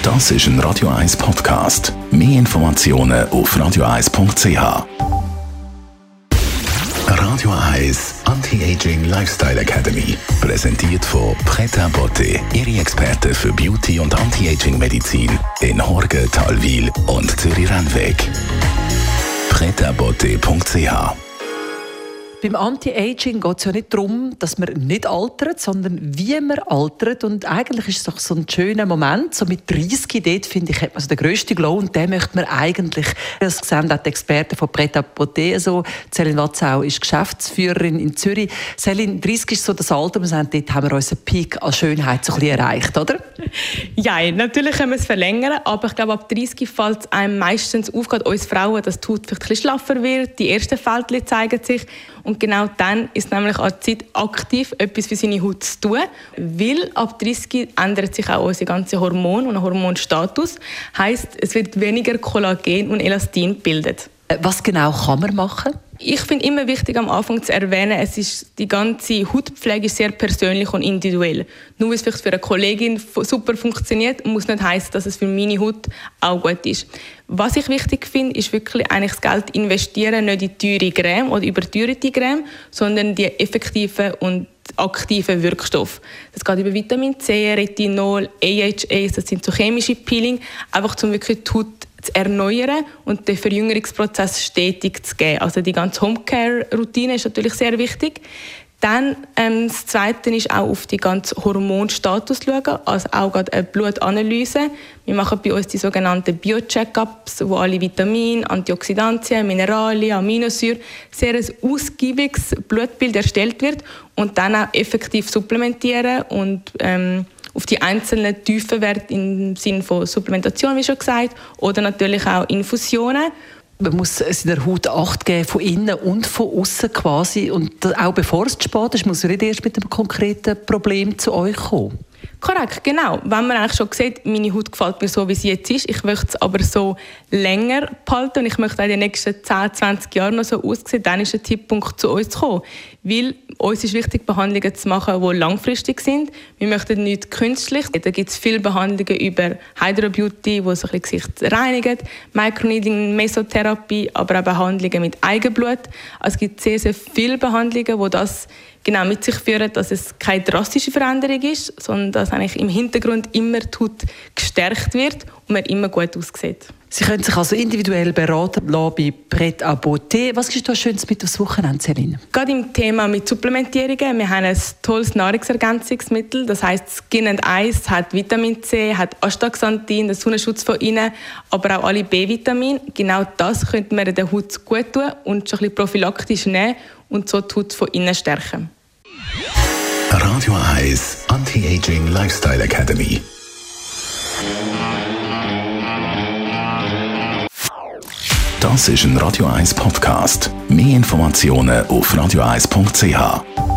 Das ist ein Radio 1 Podcast. Mehr Informationen auf radio1.ch. Radio 1 Anti-Aging Lifestyle Academy. Präsentiert von Pret à Beauté. Ihre Experten für Beauty- und Anti-Aging-Medizin in Horgen, Talwil und Zürich-Rennweg. pretabauté.ch. Beim Anti-Aging geht es ja nicht darum, dass man nicht altert, sondern wie man altert. Und eigentlich ist es doch so ein schöner Moment. So mit 30 dort, finde ich, hat man so den grössten Glow. Und den möchte man eigentlich, das sehen auch die Experten von Pret à Beauté, so. Céline Watzau ist Geschäftsführerin in Zürich. Céline, 30 ist so das Alter, wir sagen, dort haben wir unseren Peak an Schönheit so ein bisschen erreicht, oder? Ja, natürlich können wir es verlängern, aber ich glaube, ab 30 fällt es einem meistens auf, gerade uns Frauen, dass die Haut vielleicht ein bisschen schlaffer wird, die ersten Fältchen zeigen sich. Und genau dann ist nämlich an der Zeit, aktiv etwas für seine Haut zu tun. Weil ab 30 ändert sich auch unser ganzer Hormon und Hormonstatus. Heisst, es wird weniger Kollagen und Elastin gebildet. Was genau kann man machen? Ich finde immer wichtig, am Anfang zu erwähnen, die ganze Hautpflege ist sehr persönlich und individuell. Nur weil es vielleicht für eine Kollegin super funktioniert, muss nicht heißen, dass es für meine Haut auch gut ist. Was ich wichtig finde, ist wirklich eigentlich das Geld investieren, nicht in teure Creme oder überteuerte Creme, sondern die effektiven und aktiven Wirkstoffe. Das geht über Vitamin C, Retinol, AHAs, das sind so chemische Peeling, einfach um wirklich die Haut zu erneuern und den Verjüngungsprozess stetig zu geben. Also die ganze Homecare-Routine ist natürlich sehr wichtig. Dann das Zweite ist auch auf die ganze Hormonstatus schauen, also auch gerade eine Blutanalyse. Wir machen bei uns die sogenannten Bio-Check-ups, wo alle Vitamine, Antioxidantien, Mineralien, Aminosäuren, sehr ein ausgiebiges Blutbild erstellt wird und dann auch effektiv supplementieren und auf die einzelnen Tiefenwerte im Sinne von Supplementation, wie schon gesagt, oder natürlich auch Infusionen. Man muss seiner Haut Acht geben, von innen und von außen quasi. Und auch bevor es zu spät ist, muss man nicht erst mit einem konkreten Problem zu euch kommen. Korrekt, genau. Wenn man eigentlich schon sieht, meine Haut gefällt mir so, wie sie jetzt ist, ich möchte es aber so länger behalten und ich möchte auch in den nächsten 10, 20 Jahren noch so aussehen, dann ist der Tipppunkt, zu uns zu kommen. Weil uns ist wichtig, Behandlungen zu machen, die langfristig sind. Wir möchten nichts künstlich. Da gibt es viele Behandlungen über Hydrobeauty, die so ein bisschen Gesicht reinigen, Microneedling, Mesotherapie, aber auch Behandlungen mit Eigenblut. Also es gibt sehr, sehr viele Behandlungen, die das genau mit sich führen, dass es keine drastische Veränderung ist, sondern dass eigentlich im Hintergrund immer die Haut gestärkt wird und man immer gut aussieht. Sie können sich also individuell beraten lassen bei Pret à Beauté. Was ist da Schönes mit aufs Wochenende, Céline? Gerade im Thema mit Supplementierungen. Wir haben ein tolles Nahrungsergänzungsmittel. Das heisst, Skin & Eyes hat Vitamin C, hat Astaxanthin, den Sonnenschutz von innen, aber auch alle B-Vitamine. Genau das könnte man der Haut gut tun und schon ein bisschen prophylaktisch nehmen und so die Haut von innen stärken. Radio 1 Anti-Aging Lifestyle Academy. Das ist ein Radio 1 Podcast. Mehr Informationen auf radio1.ch.